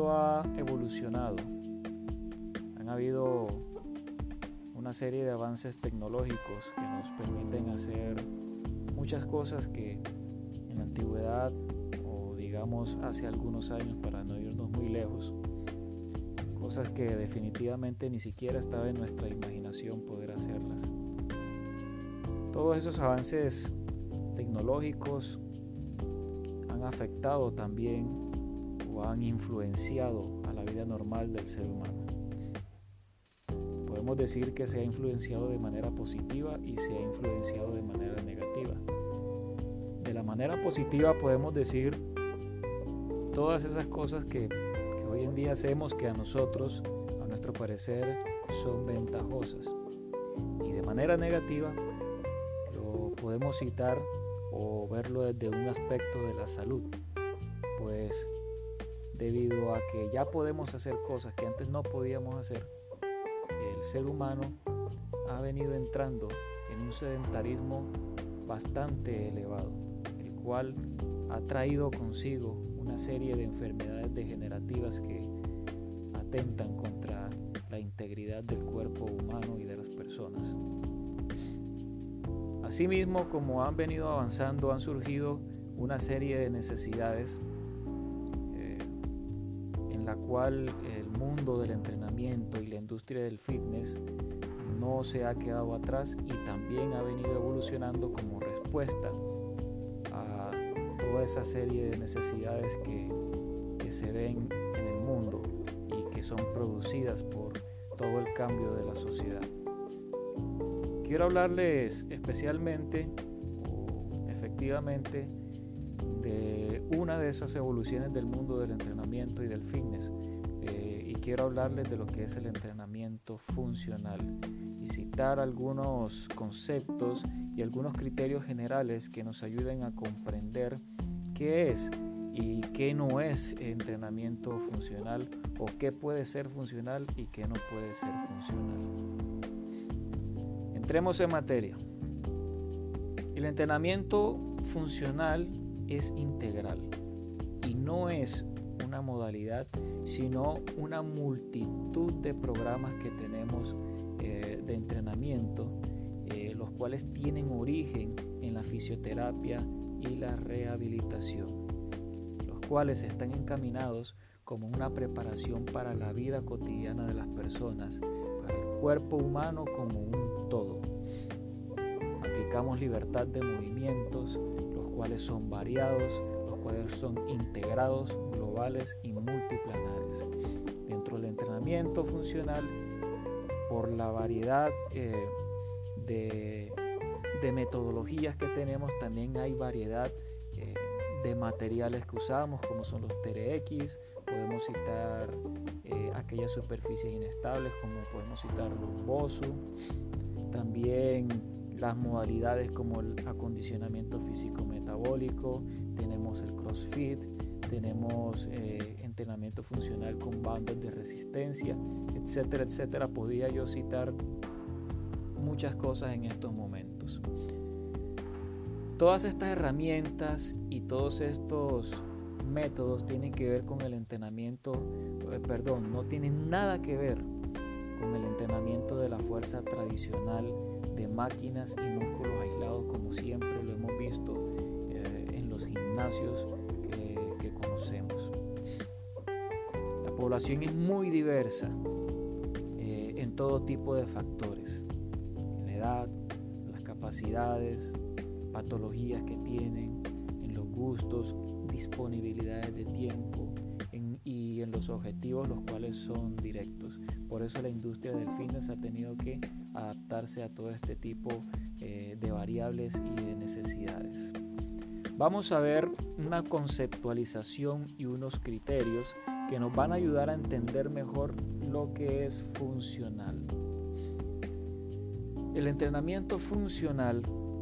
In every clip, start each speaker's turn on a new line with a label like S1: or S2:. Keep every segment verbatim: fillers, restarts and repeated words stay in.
S1: mundo ha evolucionado. Han habido una serie de avances tecnológicos que nos permiten hacer muchas cosas que en la antigüedad, o digamos hace algunos años para no irnos muy lejos, cosas que definitivamente ni siquiera estaba en nuestra imaginación poder hacerlas. Todos esos avances tecnológicos han afectado también o han influenciado a la vida normal del ser humano. Podemos decir que se ha influenciado de manera positiva y se ha influenciado de manera negativa. De la manera positiva podemos decir todas esas cosas que, que hoy en día hacemos que a nosotros, a nuestro parecer, son ventajosas. Y de manera negativa lo podemos citar o verlo desde un aspecto de la salud, pues debido a que ya podemos hacer cosas que antes no podíamos hacer, el ser humano ha venido entrando en un sedentarismo bastante elevado, el cual ha traído consigo una serie de enfermedades degenerativas que atentan contra la integridad del cuerpo humano y de las personas. Asimismo, como han venido avanzando, han surgido una serie de necesidades eh, en la cual el mundo del entrenamiento y la industria del fitness no se ha quedado atrás y también ha venido evolucionando como respuesta a toda esa serie de necesidades que, que se ven en el mundo y que son producidas por todo el cambio de la sociedad. Quiero hablarles especialmente o efectivamente de una de esas evoluciones del mundo del entrenamiento y del fitness, eh, y quiero hablarles de lo que es el entrenamiento funcional y citar algunos conceptos y algunos criterios generales que nos ayuden a comprender qué es y qué no es entrenamiento funcional, o qué puede ser funcional y qué no puede ser funcional. Entremos en materia. El entrenamiento funcional es integral y no es una modalidad, sino una multitud de programas que tenemos eh, de entrenamiento, eh, los cuales tienen origen en la fisioterapia y la rehabilitación, los cuales están encaminados como una preparación para la vida cotidiana de las personas, para el cuerpo humano como un todo. Aplicamos libertad de movimientos, los cuales son variados, los cuales son integrados, globales y multiplanares. Dentro del entrenamiento funcional, por la variedad eh, de, de metodologías que tenemos, también hay variedad eh, de materiales que usamos, como son los T R X. Podemos citar eh, aquellas superficies inestables, como podemos citar los BOSU. También las modalidades como el acondicionamiento físico-metabólico, tenemos el CrossFit, tenemos eh, entrenamiento funcional con bandas de resistencia, etcétera, etcétera. Podría yo citar muchas cosas en estos momentos. Todas estas herramientas y todos estos métodos tienen que ver con el entrenamiento, eh, perdón, no tienen nada que ver con el entrenamiento de la fuerza tradicional de máquinas y músculos aislados, como siempre lo hemos visto eh, en los gimnasios que, que conocemos. La población es muy diversa eh, en todo tipo de factores, en la edad, las capacidades, patologías que tienen, en los gustos, disponibilidades de tiempo en, y en los objetivos, los cuales son directos. Por eso la industria del fitness ha tenido que adaptarse a todo este tipo eh, de variables y de necesidades. Vamos a ver una conceptualización y unos criterios que nos van a ayudar a entender mejor lo que es funcional. El entrenamiento funcional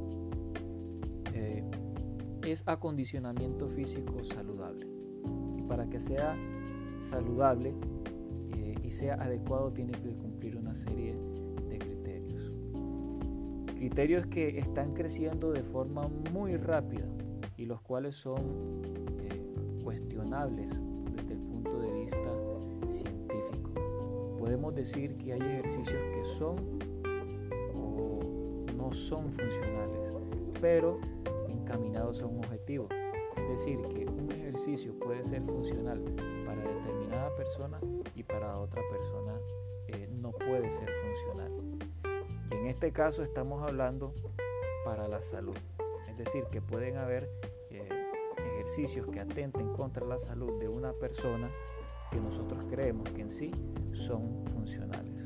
S1: eh, es acondicionamiento físico saludable. Y para que sea saludable eh, y sea adecuado, tiene que cumplir una serie de criterios. Criterios que están creciendo de forma muy rápida y los cuales son eh, cuestionables desde el punto punto de vista científico. Podemos decir que hay ejercicios que son o no son funcionales, pero encaminados a un objetivo. Es decir, que un ejercicio puede ser funcional para determinada persona y para otra persona eh, no puede ser funcional. Y en este caso estamos hablando para la salud. Es decir, que pueden haber eh, ejercicios que atenten contra la salud de una persona que nosotros creemos que en sí son funcionales.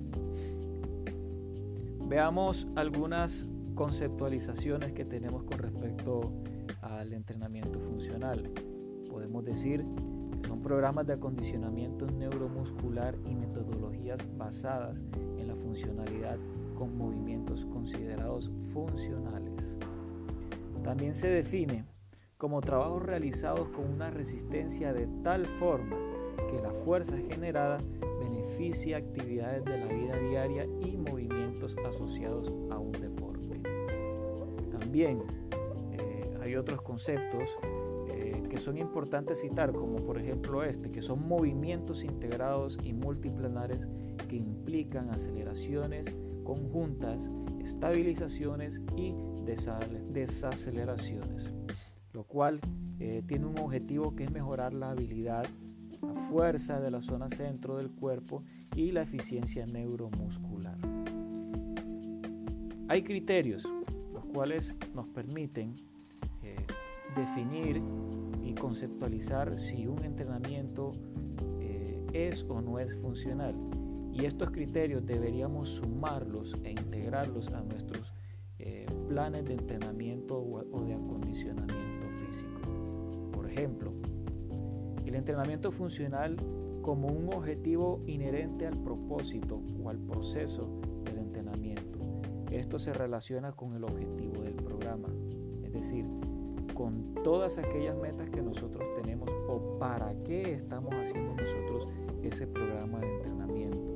S1: Veamos algunas conceptualizaciones que tenemos con respecto al entrenamiento funcional. Podemos decir que son programas de acondicionamiento neuromuscular y metodologías basadas en la funcionalidad con movimientos considerados funcionales. También se define como trabajos realizados con una resistencia de tal forma que la fuerza generada beneficia actividades de la vida diaria y movimientos asociados a un deporte. También eh, hay otros conceptos eh, que son importantes citar, como por ejemplo este, que son movimientos integrados y multiplanares que implican aceleraciones conjuntas, estabilizaciones y desaceleraciones, lo cual eh, tiene un objetivo que es mejorar la habilidad, la fuerza de la zona centro del cuerpo y la eficiencia neuromuscular. Hay criterios los cuales nos permiten eh, definir y conceptualizar si un entrenamiento eh, es o no es funcional, y estos criterios deberíamos sumarlos e integrarlos a nuestros eh, planes de entrenamiento o, o de acondicionamiento físico. Por ejemplo, el entrenamiento funcional como un objetivo inherente al propósito o al proceso del entrenamiento. Esto se relaciona con el objetivo del programa, es decir, con todas aquellas metas que nosotros tenemos o para qué estamos haciendo nosotros ese programa de entrenamiento.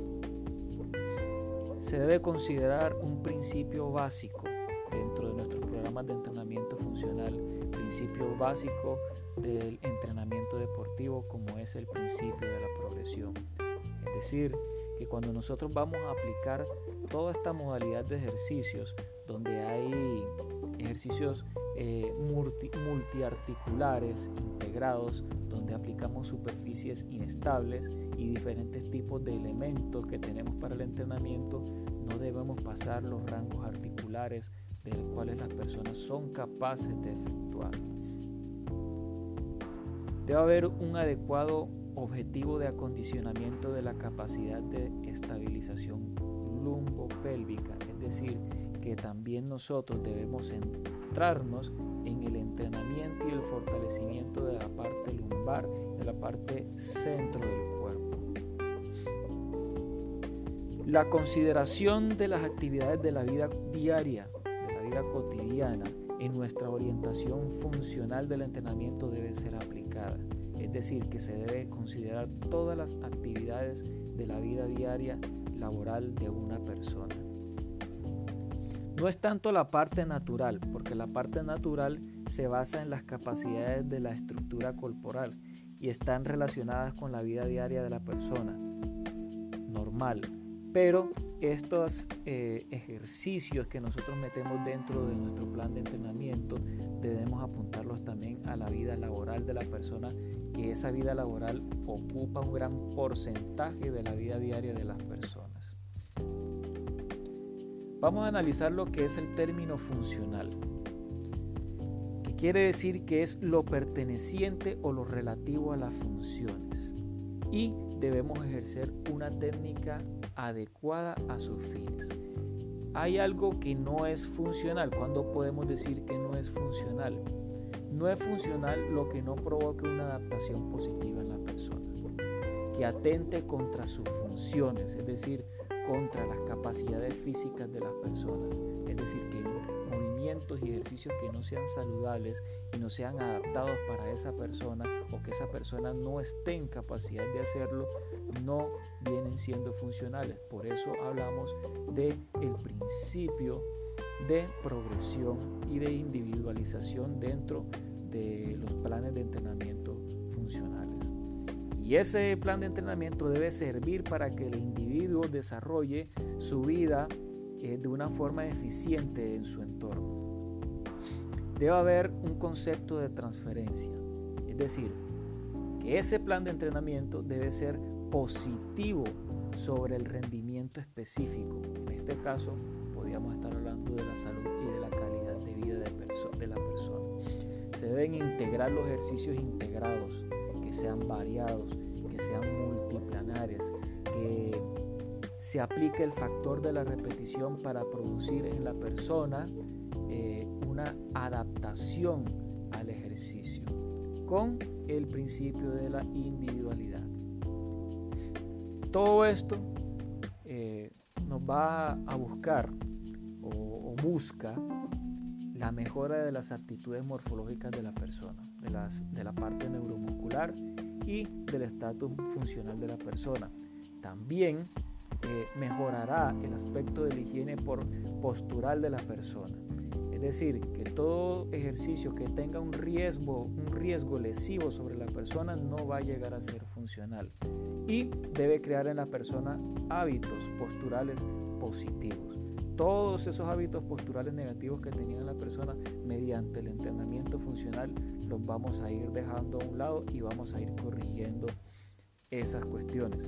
S1: Se debe considerar un principio básico dentro de nuestros programas de entrenamiento funcional, principio básico del entrenamiento deportivo, como es el principio de la progresión. Es decir, que cuando nosotros vamos a aplicar toda esta modalidad de ejercicios, donde hay ejercicios eh, multi, multiarticulares integrados, donde aplicamos superficies inestables y diferentes tipos de elementos que tenemos para el entrenamiento, no debemos pasar los rangos articulares de los cuales las personas son capaces de efectuar. Debe haber un adecuado objetivo de acondicionamiento de la capacidad de estabilización lumbopélvica, es decir, que también nosotros debemos centrarnos en el entrenamiento y el fortalecimiento de la parte lumbar, de la parte centro del cuerpo. La consideración de las actividades de la vida diaria, de la vida cotidiana, en nuestra orientación funcional del entrenamiento debe ser aplicada. Es decir, que se debe considerar todas las actividades de la vida diaria laboral de una persona. No es tanto la parte natural, porque la parte natural se basa en las capacidades de la estructura corporal y están relacionadas con la vida diaria de la persona normal. Pero estos eh, ejercicios que nosotros metemos dentro de nuestro plan de entrenamiento debemos apuntarlos también a la vida laboral de la persona, que esa vida laboral ocupa un gran porcentaje de la vida diaria de las personas. Vamos a analizar lo que es el término funcional, que quiere decir que es lo perteneciente o lo relativo a las funciones, y debemos ejercer una técnica adecuada a sus fines. Hay algo que no es funcional. ¿Cuándo podemos decir que no es funcional? No es funcional lo que no provoque una adaptación positiva en la persona, que atente contra sus funciones, es decir, contra las capacidades físicas de las personas, es decir, que movimientos y ejercicios que no sean saludables y no sean adaptados para esa persona, o que esa persona no esté en capacidad de hacerlo, no vienen siendo funcionales. Por eso hablamos de el principio de progresión y de individualización dentro de los planes de entrenamiento funcionales. Y ese plan de entrenamiento debe servir para que el individuo desarrolle su vida eh, de una forma eficiente en su entorno. Debe haber un concepto de transferencia, es decir, que ese plan de entrenamiento debe ser positivo sobre el rendimiento específico. En este caso, podríamos estar hablando de la salud y de la calidad de vida de, perso- de la persona. Se deben integrar los ejercicios integrados, que sean variados, que sean multiplanares, que se aplique el factor de la repetición para producir en la persona eh, una adaptación al ejercicio, con el principio de la individualidad. Todo esto eh, nos va a buscar o, o busca la mejora de las actitudes morfológicas de la persona, de, las, de la parte neuromuscular y del estatus funcional de la persona. También eh, mejorará el aspecto de la higiene por postural de la persona. Es decir, que todo ejercicio que tenga un riesgo, un riesgo lesivo sobre la persona no va a llegar a ser funcional. Y debe crear en la persona hábitos posturales positivos. Todos esos hábitos posturales negativos que tenía la persona, mediante el entrenamiento funcional, los vamos a ir dejando a un lado y vamos a ir corrigiendo esas cuestiones.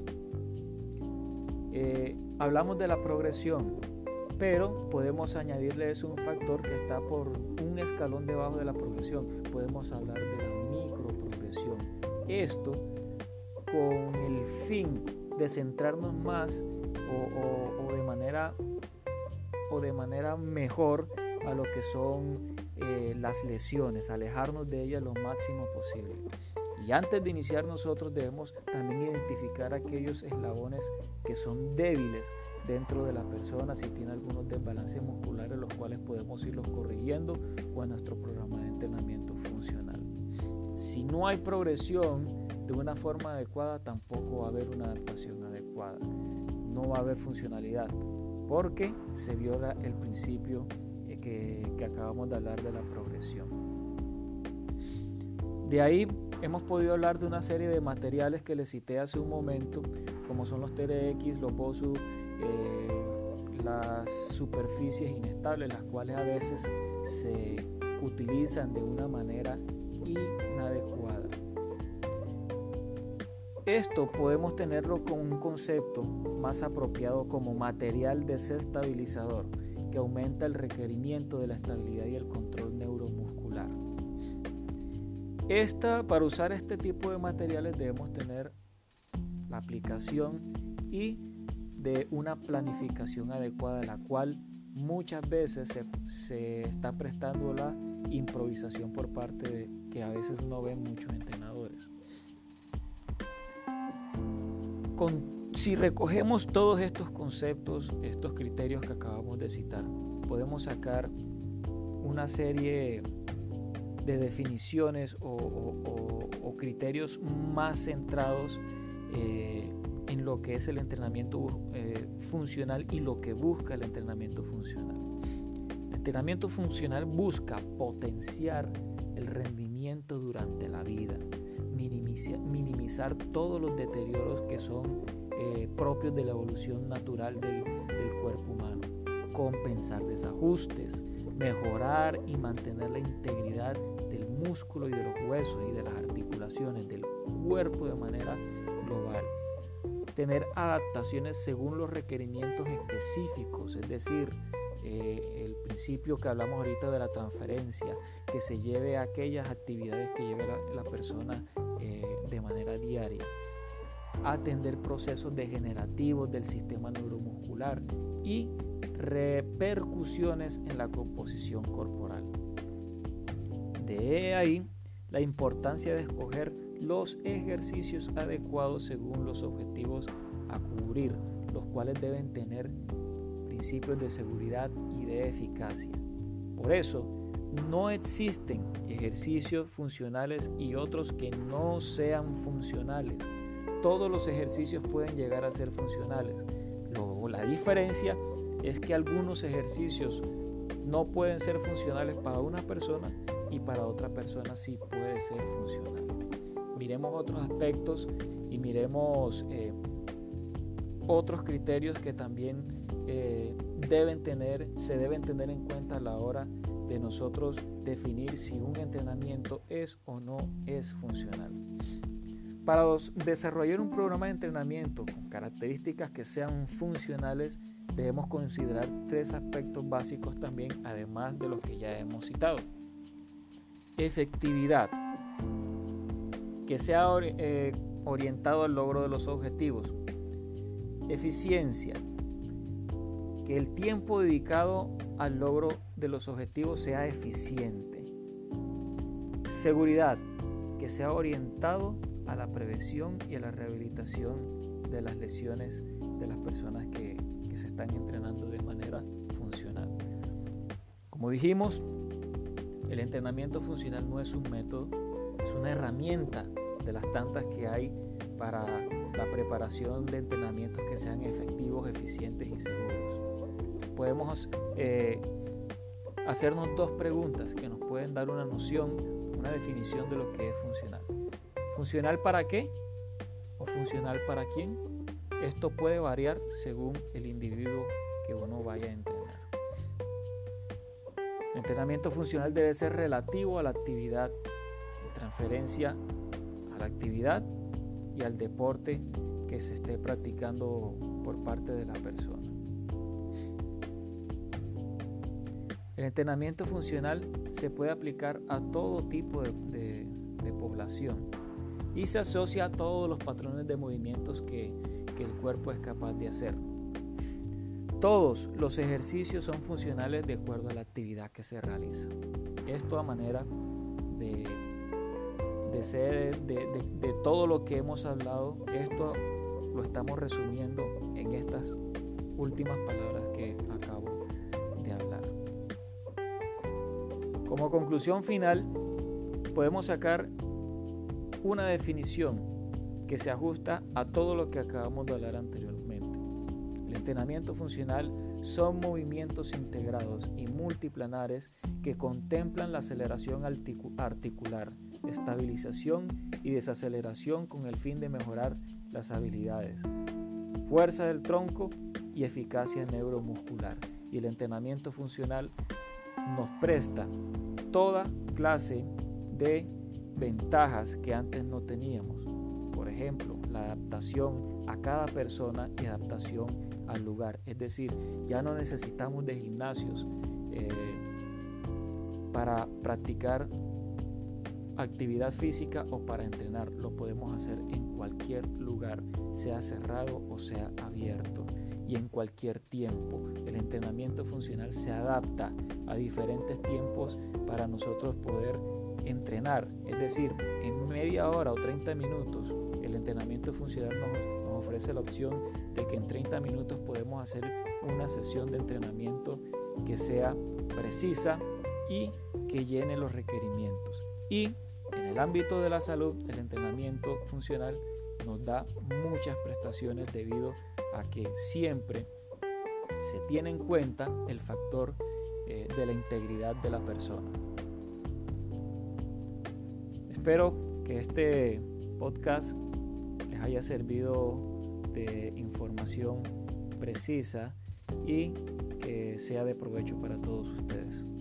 S1: Eh, hablamos de la progresión, pero podemos añadirle eso un factor que está por un escalón debajo de la progresión. Podemos hablar de la microprogresión. Esto con el fin de centrarnos más o, o, o de manera o de manera mejor a lo que son eh, las lesiones, alejarnos de ellas lo máximo posible. Y antes de iniciar nosotros debemos también identificar aquellos eslabones que son débiles dentro de la persona, si tiene algunos desbalances musculares, los cuales podemos irlos corrigiendo o en nuestro programa de entrenamiento funcional. Si no hay progresión de una forma adecuada, tampoco va a haber una adaptación adecuada, no va a haber funcionalidad, porque se viola el principio que, que acabamos de hablar de la progresión. De ahí hemos podido hablar de una serie de materiales que les cité hace un momento, como son los T R X, los B O S U, eh, las superficies inestables, las cuales a veces se utilizan de una manera inadecuada. Esto podemos tenerlo con un concepto más apropiado como material desestabilizador, que aumenta el requerimiento de la estabilidad y el control neuromuscular. Esta, para usar este tipo de materiales debemos tener la aplicación y de una planificación adecuada, la cual muchas veces se, se está prestando la improvisación por parte de que a veces no ven muchos entrenadores. Con, si recogemos todos estos conceptos, estos criterios que acabamos de citar, podemos sacar una serie de definiciones o, o, o, o criterios más centrados eh, en lo que es el entrenamiento eh, funcional y lo que busca el entrenamiento funcional. El entrenamiento funcional busca potenciar el rendimiento durante la vida, minimizar, minimizar todos los deterioros que son eh, propios de la evolución natural del, del cuerpo humano, compensar desajustes, mejorar y mantener la integridad del músculo y de los huesos y de las articulaciones del cuerpo de manera global, tener adaptaciones según los requerimientos específicos, es decir, eh, el principio que hablamos ahorita de la transferencia, que se lleve a aquellas actividades que lleve la, la persona eh, de manera diaria, atender procesos degenerativos del sistema neuromuscular y repercusiones en la composición corporal. De ahí la importancia de escoger los ejercicios adecuados según los objetivos a cubrir, los cuales deben tener principios de seguridad y de eficacia. Por eso, no existen ejercicios funcionales y otros que no sean funcionales. Todos los ejercicios pueden llegar a ser funcionales. Luego, la diferencia es que algunos ejercicios no pueden ser funcionales para una persona y para otra persona sí puede ser funcional. miremos otros aspectos y miremos eh, otros criterios que también eh, deben tener, se deben tener en cuenta a la hora de nosotros definir si un entrenamiento es o no es funcional. Para desarrollar un programa de entrenamiento con características que sean funcionales, debemos considerar tres aspectos básicos también, además de los que ya hemos citado. Efectividad, que sea eh, orientado al logro de los objetivos. Eficiencia, que el tiempo dedicado al logro de los objetivos sea eficiente. Seguridad, que sea orientado a la prevención y a la rehabilitación de las lesiones de las personas que, que se están entrenando de manera funcional. Como dijimos, el entrenamiento funcional no es un método, es una herramienta de las tantas que hay para la preparación de entrenamientos que sean efectivos, eficientes y seguros. Podemos eh, hacernos dos preguntas que nos pueden dar una noción, una definición de lo que es funcional. ¿Funcional para qué? ¿O funcional para quién? Esto puede variar según el individuo que uno vaya a entrenar. El entrenamiento funcional debe ser relativo a la actividad, en transferencia a la actividad y al deporte que se esté practicando por parte de la persona. El entrenamiento funcional se puede aplicar a todo tipo de, de, de población y se asocia a todos los patrones de movimientos que, que el cuerpo es capaz de hacer. Todos los ejercicios son funcionales de acuerdo a la actividad que se realiza. Esto a manera de, de ser de, de, de todo lo que hemos hablado, esto lo estamos resumiendo en estas últimas palabras que acabo de hablar. Como conclusión final, podemos sacar una definición que se ajusta a todo lo que acabamos de hablar anteriormente. El entrenamiento funcional son movimientos integrados y multiplanares que contemplan la aceleración articular, estabilización y desaceleración con el fin de mejorar las habilidades, fuerza del tronco y eficacia neuromuscular. Y el entrenamiento funcional nos presta toda clase de ventajas que antes no teníamos. Por ejemplo, la adaptación a cada persona y adaptación al lugar. Es decir, ya no necesitamos de gimnasios eh, para practicar actividad física o para entrenar. Lo podemos hacer en cualquier lugar, sea cerrado o sea abierto, y en cualquier tiempo. El entrenamiento funcional se adapta a diferentes tiempos para nosotros poder entrenar. Es decir, en media hora o treinta minutos, el entrenamiento funcional nos, nos ofrece la opción de que en treinta minutos podemos hacer una sesión de entrenamiento que sea precisa y que llene los requerimientos. Y en el ámbito de la salud, el entrenamiento funcional nos da muchas prestaciones debido a que siempre se tiene en cuenta el factor eh, de la integridad de la persona. Espero que este podcast les haya servido de información precisa y que sea de provecho para todos ustedes.